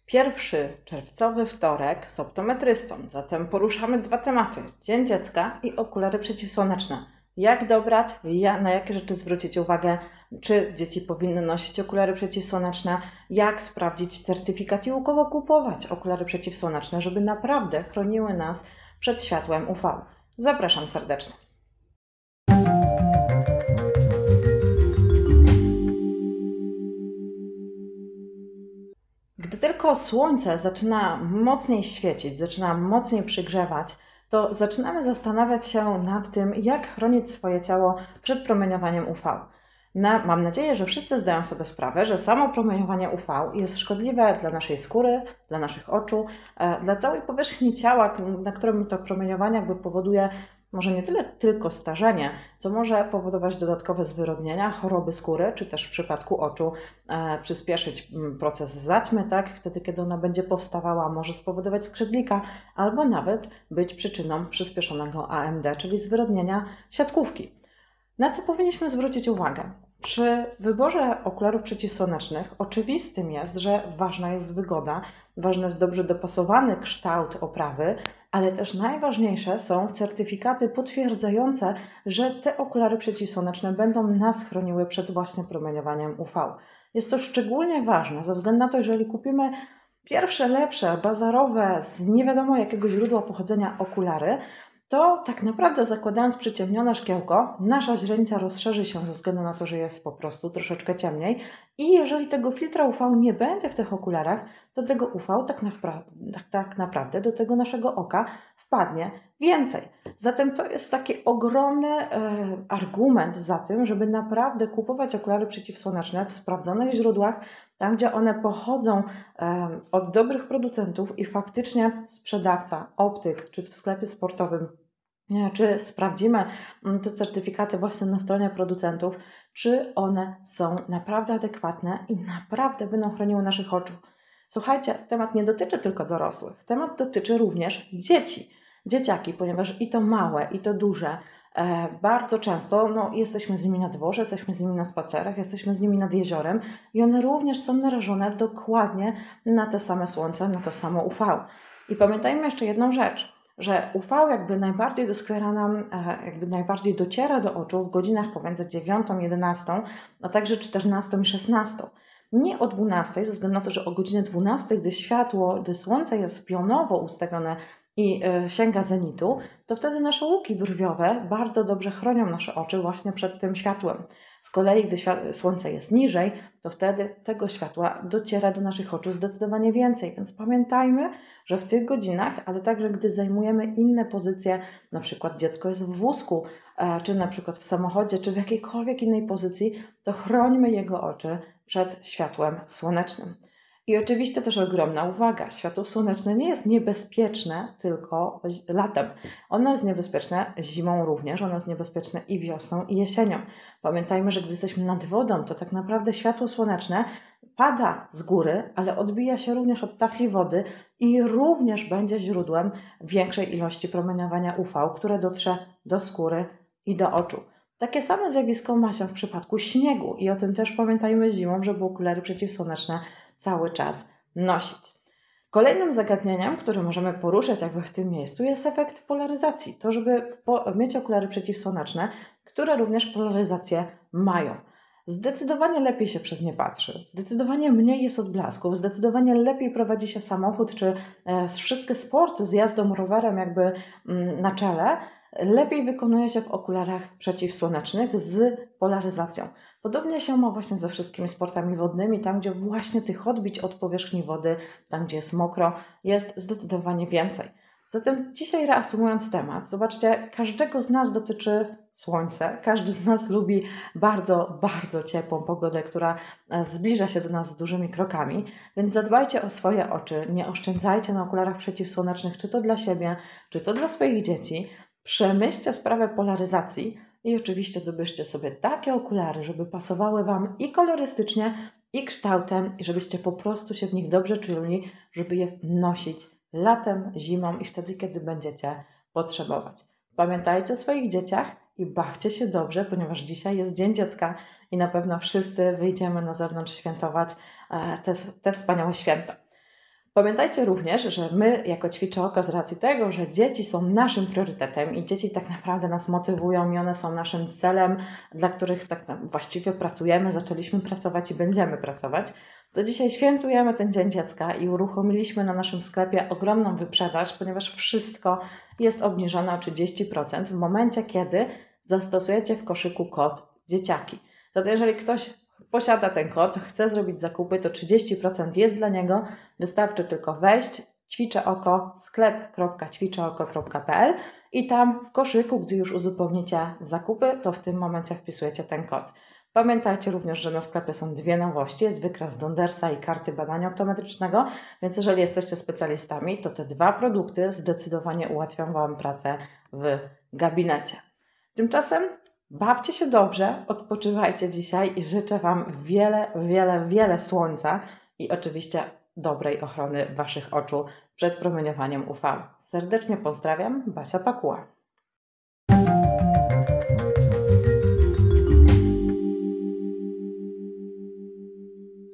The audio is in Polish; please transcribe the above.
Pierwszy czerwcowy wtorek z optometrystą, zatem poruszamy dwa tematy: Dzień Dziecka i okulary przeciwsłoneczne. Jak dobrać, na jakie rzeczy zwrócić uwagę, czy dzieci powinny nosić okulary przeciwsłoneczne, jak sprawdzić certyfikat i u kogo kupować okulary przeciwsłoneczne, żeby naprawdę chroniły nas przed światłem UV. Zapraszam serdecznie. Gdy tylko słońce zaczyna mocniej świecić, zaczyna mocniej przygrzewać, to zaczynamy zastanawiać się nad tym, jak chronić swoje ciało przed promieniowaniem UV. Mam nadzieję, że wszyscy zdają sobie sprawę, że samo promieniowanie UV jest szkodliwe dla naszej skóry, dla naszych oczu, dla całej powierzchni ciała, na którym to promieniowanie powoduje może nie tyle tylko starzenie, co może powodować dodatkowe zwyrodnienia, choroby skóry, czy też w przypadku oczu przyspieszyć proces zaćmy, tak? Wtedy, kiedy ona będzie powstawała, może spowodować skrzydlika, albo nawet być przyczyną przyspieszonego AMD, czyli zwyrodnienia siatkówki. Na co powinniśmy zwrócić uwagę? Przy wyborze okularów przeciwsłonecznych oczywistym jest, że ważna jest wygoda, ważny jest dobrze dopasowany kształt oprawy, ale też najważniejsze są certyfikaty potwierdzające, że te okulary przeciwsłoneczne będą nas chroniły przed właśnie promieniowaniem UV. Jest to szczególnie ważne ze względu na to, jeżeli kupimy pierwsze, lepsze, bazarowe, z nie wiadomo jakiego źródła pochodzenia okulary, to tak naprawdę zakładając przyciemnione szkiełko, nasza źrenica rozszerzy się ze względu na to, że jest po prostu troszeczkę ciemniej i jeżeli tego filtra UV nie będzie w tych okularach, to tego UV tak naprawdę do tego naszego oka wpadnie więcej. Zatem to jest taki ogromny argument za tym, żeby naprawdę kupować okulary przeciwsłoneczne w sprawdzonych źródłach, tam gdzie one pochodzą od dobrych producentów i faktycznie sprzedawca, optyk, czy w sklepie sportowym, czy sprawdzimy te certyfikaty właśnie na stronie producentów, czy one są naprawdę adekwatne i naprawdę będą chroniły naszych oczu. Słuchajcie, temat nie dotyczy tylko dorosłych, temat dotyczy również dzieci, dzieciaki, ponieważ i to małe, i to duże, bardzo często jesteśmy z nimi na dworze, jesteśmy z nimi na spacerach, jesteśmy z nimi nad jeziorem i one również są narażone dokładnie na te same słońce, na to samo UV. I pamiętajmy jeszcze jedną rzecz, że UV najbardziej doskwiera nam, najbardziej dociera do oczu w godzinach pomiędzy 9 i 11, a także 14 i 16. Nie o 12, ze względu na to, że o godzinie 12, gdy słońce jest pionowo ustawione i sięga zenitu, to wtedy nasze łuki brwiowe bardzo dobrze chronią nasze oczy właśnie przed tym światłem. Z kolei, gdy słońce jest niżej, to wtedy tego światła dociera do naszych oczu zdecydowanie więcej. Więc pamiętajmy, że w tych godzinach, ale także gdy zajmujemy inne pozycje, na przykład dziecko jest w wózku, czy na przykład w samochodzie, czy w jakiejkolwiek innej pozycji, to chrońmy jego oczy przed światłem słonecznym. I oczywiście też ogromna uwaga, światło słoneczne nie jest niebezpieczne tylko latem. Ono jest niebezpieczne zimą również, ono jest niebezpieczne i wiosną, i jesienią. Pamiętajmy, że gdy jesteśmy nad wodą, to tak naprawdę światło słoneczne pada z góry, ale odbija się również od tafli wody i również będzie źródłem większej ilości promieniowania UV, które dotrze do skóry i do oczu. Takie same zjawisko ma się w przypadku śniegu i o tym też pamiętajmy zimą, żeby okulary przeciwsłoneczne cały czas nosić. Kolejnym zagadnieniem, które możemy poruszyć w tym miejscu, jest efekt polaryzacji. To, żeby mieć okulary przeciwsłoneczne, które również polaryzację mają. Zdecydowanie lepiej się przez nie patrzy, zdecydowanie mniej jest odblasków, zdecydowanie lepiej prowadzi się samochód, czy wszystkie sporty z jazdą rowerem na czele, lepiej wykonuje się w okularach przeciwsłonecznych z polaryzacją. Podobnie się ma właśnie ze wszystkimi sportami wodnymi, tam gdzie właśnie tych odbić od powierzchni wody, tam gdzie jest mokro, jest zdecydowanie więcej. Zatem dzisiaj reasumując temat, zobaczcie, każdego z nas dotyczy słońce, każdy z nas lubi bardzo, bardzo ciepłą pogodę, która zbliża się do nas z dużymi krokami, więc zadbajcie o swoje oczy, nie oszczędzajcie na okularach przeciwsłonecznych, czy to dla siebie, czy to dla swoich dzieci. Przemyślcie sprawę polaryzacji i oczywiście dobierzcie sobie takie okulary, żeby pasowały Wam i kolorystycznie, i kształtem, i żebyście po prostu się w nich dobrze czuli, żeby je nosić latem, zimą i wtedy, kiedy będziecie potrzebować. Pamiętajcie o swoich dzieciach i bawcie się dobrze, ponieważ dzisiaj jest Dzień Dziecka i na pewno wszyscy wyjdziemy na zewnątrz świętować te wspaniałe święta. Pamiętajcie również, że my jako Ćwiczę Oko z racji tego, że dzieci są naszym priorytetem i dzieci tak naprawdę nas motywują i one są naszym celem, dla których tak właściwie pracujemy, zaczęliśmy pracować i będziemy pracować, to dzisiaj świętujemy ten Dzień Dziecka i uruchomiliśmy na naszym sklepie ogromną wyprzedaż, ponieważ wszystko jest obniżone o 30% w momencie, kiedy zastosujecie w koszyku kod dzieciaki. Zatem jeżeli ktoś posiada ten kod, chce zrobić zakupy, to 30% jest dla niego. Wystarczy tylko wejść, Ćwiczę Oko, sklep.ćwiczeoko.pl i tam w koszyku, gdy już uzupełnicie zakupy, to w tym momencie wpisujecie ten kod. Pamiętajcie również, że na sklepie są dwie nowości. Jest wykres Dondersa i karty badania optometrycznego, więc jeżeli jesteście specjalistami, to te dwa produkty zdecydowanie ułatwią Wam pracę w gabinecie. Tymczasem bawcie się dobrze, odpoczywajcie dzisiaj i życzę Wam wiele słońca i oczywiście dobrej ochrony Waszych oczu przed promieniowaniem UV. Serdecznie pozdrawiam, Basia Pakuła.